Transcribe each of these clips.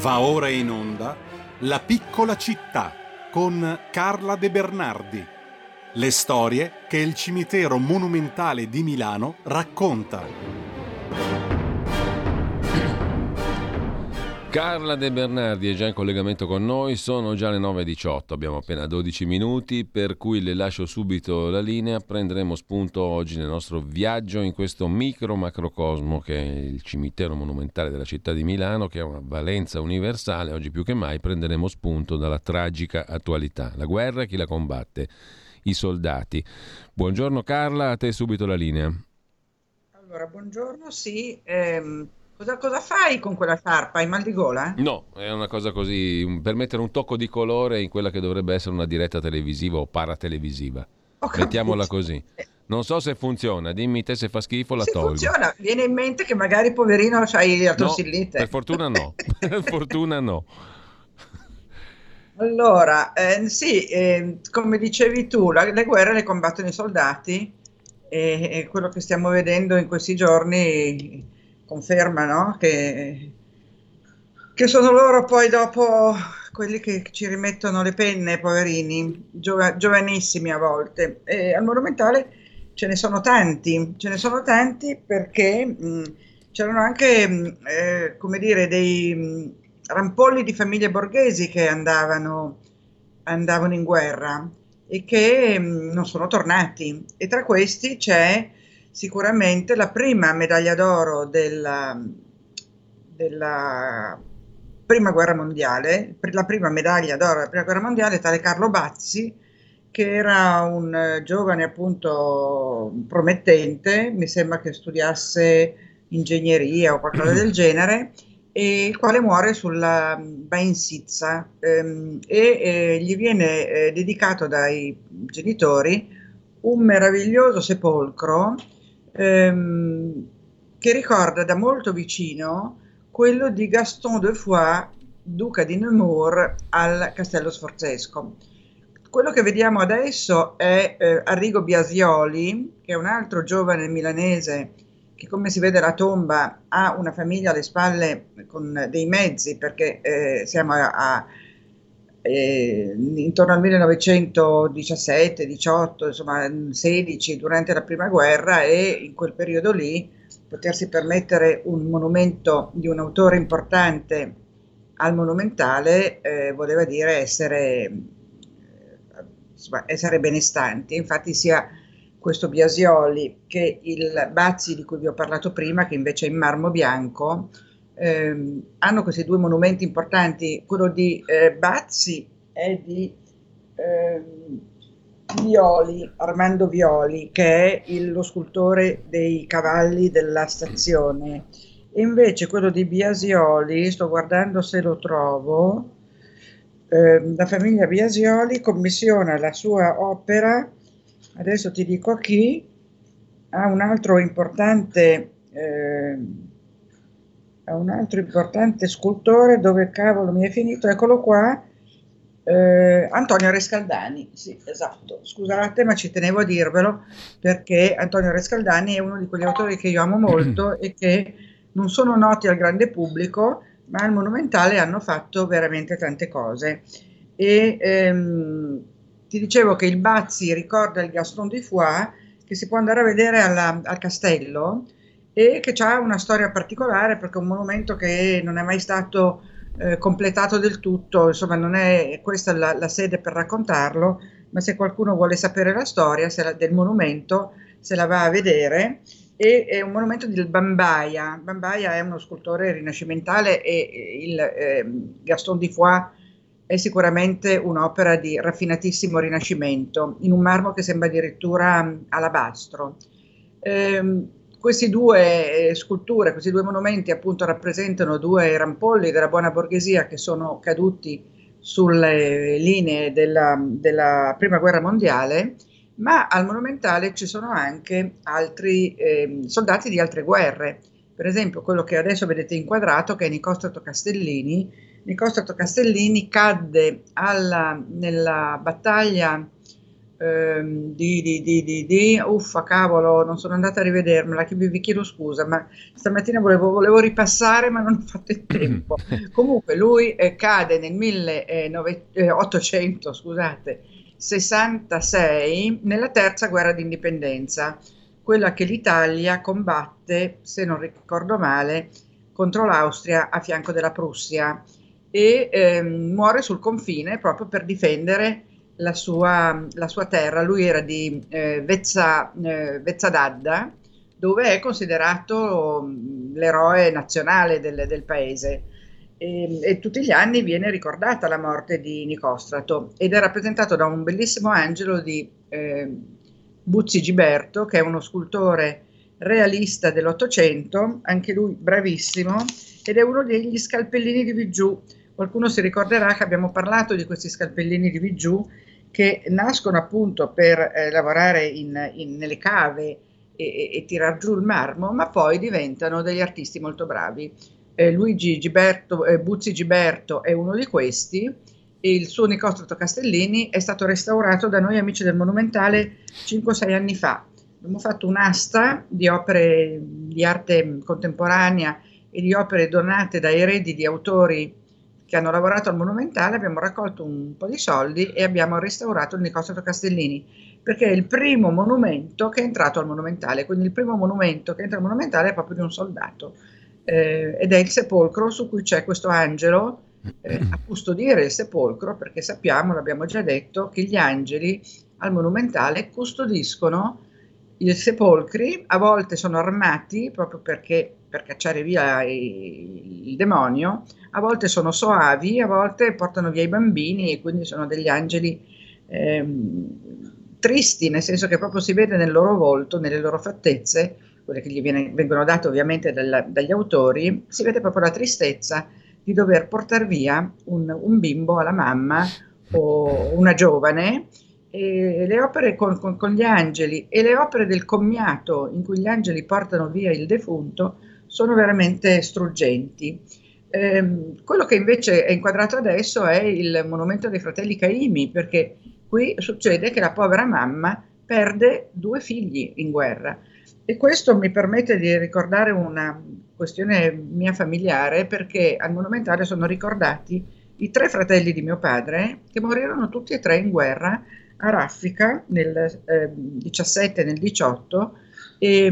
Va ora in onda La piccola città con Carla De Bernardi. Le storie che il cimitero monumentale di Milano racconta. Carla De Bernardi è già in collegamento con noi, sono già le 9:18, abbiamo appena 12 minuti, per cui le lascio subito la linea. Prenderemo spunto oggi nel nostro viaggio in questo macrocosmo che è il cimitero monumentale della città di Milano, che ha una valenza universale. Oggi più che mai prenderemo spunto dalla tragica attualità. La guerra, chi la combatte? I soldati. Buongiorno Carla, a te subito la linea. Allora, buongiorno, sì. Cosa fai con quella sciarpa? Hai mal di gola? No, è una cosa così, per mettere un tocco di colore in quella che dovrebbe essere una diretta televisiva o paratelevisiva. Ho capito. Mettiamola così. Non so se funziona, dimmi te se fa schifo, la Sì, tolgo. funziona. Viene in mente che magari, poverino, c'hai la No, tonsillite. per fortuna no. Per fortuna no. Allora, sì, come dicevi tu, le guerre le combattono i soldati e quello che stiamo vedendo in questi giorni conferma, no? Che sono loro poi dopo quelli che ci rimettono le penne, poverini, giovanissimi a volte. E al Monumentale ce ne sono tanti perché c'erano anche, come dire, dei rampolli di famiglie borghesi che andavano in guerra e che non sono tornati. E tra questi c'è sicuramente la prima medaglia d'oro della prima guerra mondiale, la prima medaglia d'oro della prima guerra mondiale, tale Carlo Bazzi, che era un giovane appunto promettente, mi sembra che studiasse ingegneria o qualcosa del genere, e il quale muore sulla Bain-Sizza gli viene dedicato dai genitori un meraviglioso sepolcro che ricorda da molto vicino quello di Gaston de Foix, duca di Nemours, al Castello Sforzesco. Quello che vediamo adesso è Arrigo Biasioli, che è un altro giovane milanese che, come si vede alla tomba, ha una famiglia alle spalle con dei mezzi, perché siamo intorno al 1917, 18, insomma 16, durante la prima guerra, e in quel periodo lì potersi permettere un monumento di un autore importante al Monumentale voleva dire essere benestanti. Infatti sia questo Biasioli che il Bazzi di cui vi ho parlato prima, che invece è in marmo bianco, hanno questi due monumenti importanti. Quello di Bazzi è di Violi, Armando Violi, che è lo scultore dei cavalli della stazione, e invece quello di Biasioli, sto guardando se lo trovo, la famiglia Biasioli commissiona la sua opera, adesso ti dico a chi, a un altro importante scultore, dove cavolo mi è finito, eccolo qua, Antonio Rescaldani, sì, esatto, scusate ma ci tenevo a dirvelo, perché Antonio Rescaldani è uno di quegli autori che io amo molto e che non sono noti al grande pubblico, ma al Monumentale hanno fatto veramente tante cose. E ti dicevo che il Bazzi ricorda il Gaston de Foix, che si può andare a vedere al castello, e che ha una storia particolare perché è un monumento che non è mai stato completato del tutto, insomma non è questa la sede per raccontarlo, ma se qualcuno vuole sapere la storia del monumento se la va a vedere. E è un monumento del Bambaia. Bambaia è uno scultore rinascimentale e il Gaston de Foix è sicuramente un'opera di raffinatissimo rinascimento, in un marmo che sembra addirittura alabastro. Questi due sculture, questi due monumenti appunto rappresentano due rampolli della buona borghesia che sono caduti sulle linee della prima guerra mondiale, ma al Monumentale ci sono anche altri soldati di altre guerre. Per esempio quello che adesso vedete inquadrato, che è Nicostrato Castellini. Nicostrato Castellini cadde nella battaglia uffa cavolo, non sono andata a rivedermela, vi chiedo scusa, ma stamattina volevo ripassare ma non ho fatto il tempo. Comunque lui cade nel 1800, scusate, 66 nella terza guerra d'indipendenza, quella che l'Italia combatte, se non ricordo male, contro l'Austria a fianco della Prussia, e muore sul confine proprio per difendere la sua terra. Lui era di Vezzadadda, dove è considerato l'eroe nazionale del paese, e tutti gli anni viene ricordata la morte di Nicostrato ed è rappresentato da un bellissimo angelo di Buzzi Giberto, che è uno scultore realista dell'Ottocento, anche lui bravissimo, ed è uno degli scalpellini di Vigiù. Qualcuno si ricorderà che abbiamo parlato di questi scalpellini di Vigiù, che nascono appunto per lavorare nelle cave e tirar giù il marmo, ma poi diventano degli artisti molto bravi. Buzzi Giberto è uno di questi, e il suo Nicostrato Castellini è stato restaurato da noi amici del Monumentale 5-6 anni fa. Abbiamo fatto un'asta di opere di arte contemporanea e di opere donate da eredi di autori che hanno lavorato al Monumentale. Abbiamo raccolto un po' di soldi e abbiamo restaurato il Nicostrato Castellini, perché è il primo monumento che è entrato al Monumentale, quindi il primo monumento che entra al Monumentale è proprio di un soldato, ed è il sepolcro su cui c'è questo angelo a custodire il sepolcro, perché sappiamo, l'abbiamo già detto, che gli angeli al Monumentale custodiscono i sepolcri, a volte sono armati proprio perché per cacciare via il demonio, a volte sono soavi, a volte portano via i bambini, e quindi sono degli angeli tristi, nel senso che proprio si vede nel loro volto, nelle loro fattezze, quelle che vengono date ovviamente dagli autori, si vede proprio la tristezza di dover portare via un bimbo alla mamma o una giovane. E le opere con gli angeli e le opere del commiato in cui gli angeli portano via il defunto sono veramente struggenti. Quello che invece è inquadrato adesso è il monumento dei fratelli Caimi, perché qui succede che la povera mamma perde 2 figli in guerra, e questo mi permette di ricordare una questione mia familiare, perché al Monumentale sono ricordati i 3 fratelli di mio padre che morirono tutti e 3 in guerra a raffica nel 17 e nel 18, e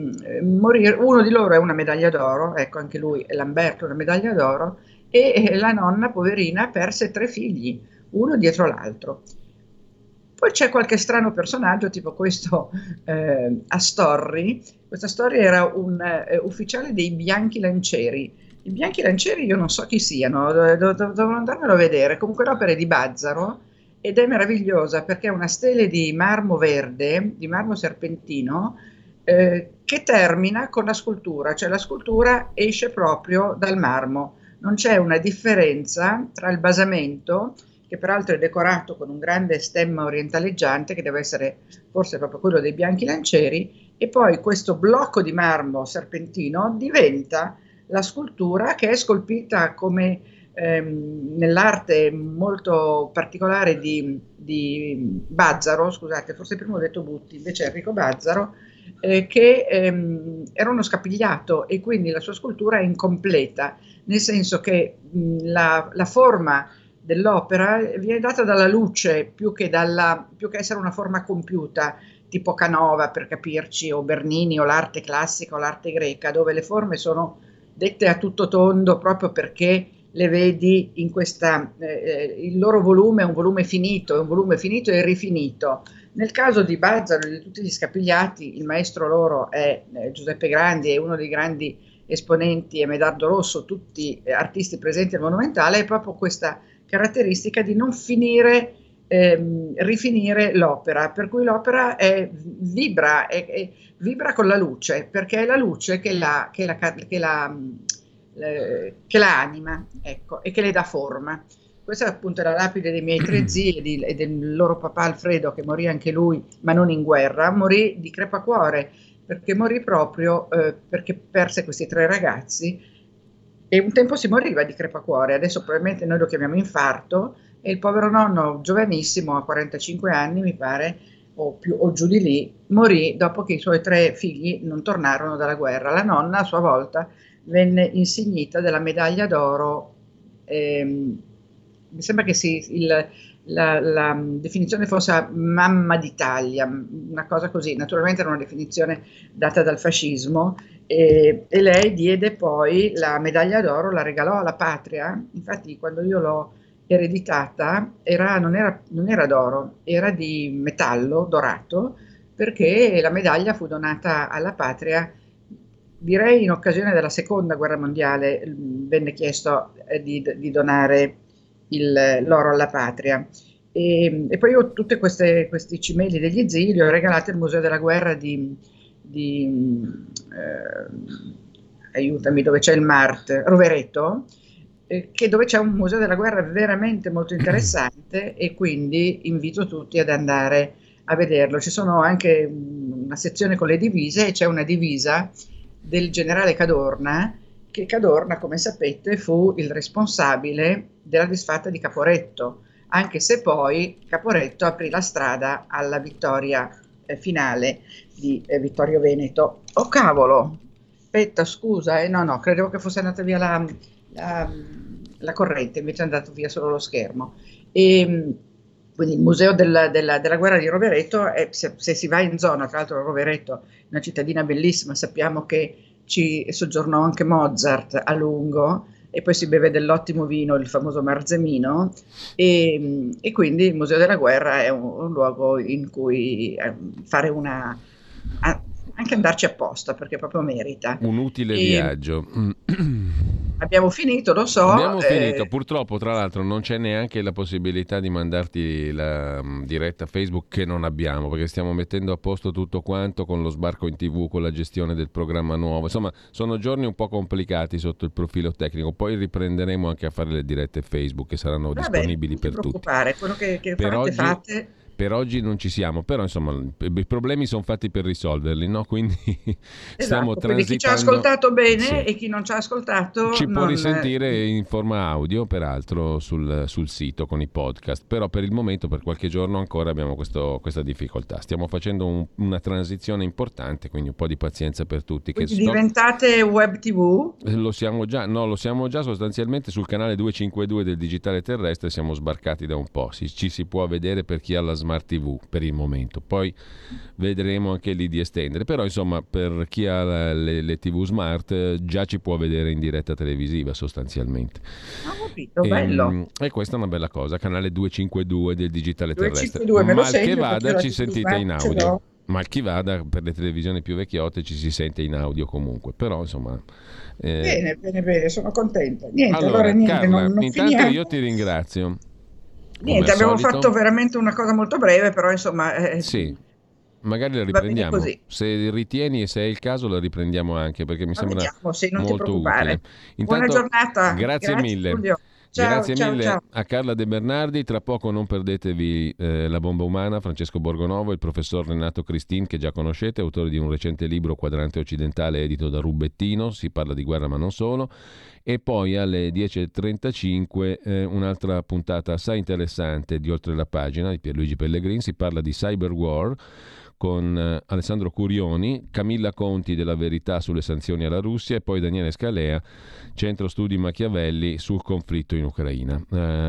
uno di loro è una medaglia d'oro, ecco, anche lui è Lamberto, una medaglia d'oro, e la nonna poverina perse 3 figli, uno dietro l'altro. Poi c'è qualche strano personaggio, tipo questo Astorri. Questa storia era un ufficiale dei Bianchi Lancieri. I Bianchi Lancieri io non so chi siano, dovrò andarmelo a vedere. Comunque l'opera è di Bazzaro ed è meravigliosa, perché è una stele di marmo verde, di marmo serpentino, che termina con la scultura, cioè la scultura esce proprio dal marmo. Non c'è una differenza tra il basamento, che peraltro è decorato con un grande stemma orientaleggiante, che deve essere forse proprio quello dei Bianchi Lancieri, e poi questo blocco di marmo serpentino diventa la scultura, che è scolpita come nell'arte molto particolare di Bazzaro, scusate, forse prima ho detto Butti, invece è Enrico Bazzaro, che era uno scapigliato, e quindi la sua scultura è incompleta, nel senso che la forma dell'opera viene data dalla luce più che essere una forma compiuta, tipo Canova per capirci, o Bernini, o l'arte classica o l'arte greca, dove le forme sono dette a tutto tondo proprio perché le vedi in questa, il loro volume è un volume finito, e rifinito. Nel caso di Bazzaro e di tutti gli scapigliati, il maestro loro è Giuseppe Grandi, è uno dei grandi esponenti, e Medardo Rosso, tutti artisti presenti al Monumentale, è proprio questa caratteristica di non rifinire l'opera, per cui l'opera vibra con la luce, perché è la luce che la anima, ecco, e che le dà forma. Questa appunto è la lapide dei miei 3 zii e del loro papà Alfredo, che morì anche lui, ma non in guerra, morì di crepacuore, perché morì proprio perché perse questi 3 ragazzi, e un tempo si moriva di crepacuore, adesso probabilmente noi lo chiamiamo infarto, e il povero nonno, giovanissimo, a 45 anni mi pare, o giù di lì, morì dopo che i suoi 3 figli non tornarono dalla guerra. La nonna a sua volta venne insignita della medaglia d'oro, mi sembra che la definizione fosse mamma d'Italia, una cosa così, naturalmente era una definizione data dal fascismo, e lei diede poi la medaglia d'oro, la regalò alla patria. Infatti quando io l'ho ereditata non era d'oro, era di metallo dorato, perché la medaglia fu donata alla patria, direi in occasione della seconda guerra mondiale. Venne chiesto di donare l'oro alla patria. E poi io tutti questi cimeli degli zii li ho regalati al Museo della Guerra aiutami, dove c'è il Mart, Rovereto, dove c'è un museo della guerra veramente molto interessante, e quindi invito tutti ad andare a vederlo. Ci sono anche una sezione con le divise, e c'è una divisa del generale Cadorna, che Cadorna, come sapete, fu il responsabile della disfatta di Caporetto, anche se poi Caporetto aprì la strada alla vittoria finale di Vittorio Veneto. Oh cavolo, aspetta, scusa, no, credevo che fosse andata via la corrente, invece è andato via solo lo schermo. Quindi il museo della guerra di Rovereto, se si va in zona, tra l'altro Rovereto è una cittadina bellissima, sappiamo che ci soggiornò anche Mozart a lungo, e poi si beve dell'ottimo vino, il famoso Marzemino, e quindi il Museo della Guerra è un luogo in cui fare anche andarci apposta, perché proprio merita. Un utile viaggio. Abbiamo finito, lo so. Abbiamo finito, purtroppo tra l'altro non c'è neanche la possibilità di mandarti la diretta Facebook, che non abbiamo, perché stiamo mettendo a posto tutto quanto con lo sbarco in TV, con la gestione del programma nuovo. Insomma, sono giorni un po' complicati sotto il profilo tecnico. Poi riprenderemo anche a fare le dirette Facebook, che saranno disponibili per tutti. Quello che fate. Per oggi non ci siamo, però insomma i problemi sono fatti per risolverli, no? Quindi stiamo transitando. Quindi chi ci ha ascoltato bene, e chi non ci ha ascoltato ci può risentire in forma audio, peraltro sul sito con i podcast, però per il momento, per qualche giorno ancora abbiamo questa difficoltà. Stiamo facendo una transizione importante, quindi un po' di pazienza per tutti. Quindi diventate web TV? Lo siamo già sostanzialmente sul canale 252 del digitale terrestre, siamo sbarcati da un po', ci si può vedere per chi ha la Smart TV per il momento, poi vedremo anche lì di estendere, però insomma per chi ha le TV smart già ci può vedere in diretta televisiva sostanzialmente. Ho capito, bello. E questa è una bella cosa, canale 252 del digitale 252, terrestre. Mal che vada ci sentite in audio, mal chi vada, per le televisioni più vecchiotte ci si sente in audio comunque, però insomma bene, sono contenta. Niente, allora niente, Carla, non intanto finiamo. io ti ringrazio. Niente, abbiamo fatto veramente una cosa molto breve, però insomma... Sì, magari la riprendiamo. Se ritieni e se è il caso la riprendiamo anche, perché mi sembra molto utile. Intanto, buona giornata. Grazie mille. Grazie mille a Carla De Bernardi. Tra poco non perdetevi La bomba umana, Francesco Borgonovo, il professor Renato Cristin, che già conoscete, autore di un recente libro, Quadrante occidentale, edito da Rubettino. Si parla di guerra ma non solo. E poi alle 10.35 un'altra puntata assai interessante di Oltre la pagina di Pierluigi Pellegrin. Si parla di cyber war con Alessandro Curioni, Camilla Conti della Verità sulle sanzioni alla Russia, e poi Daniele Scalea, Centro Studi Machiavelli sul conflitto in Ucraina.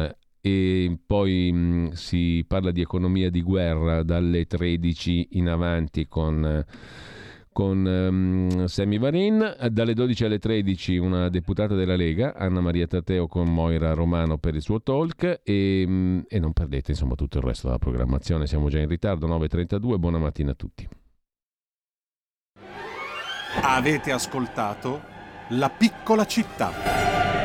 E poi si parla di economia di guerra dalle 13 in avanti con Sammy Varin. Dalle 12 alle 13 una deputata della Lega, Anna Maria Taddeo, con Moira Romano per il suo talk, e non perdete insomma tutto il resto della programmazione. Siamo già in ritardo, 9.32. Buona mattina a tutti. Avete ascoltato La piccola città.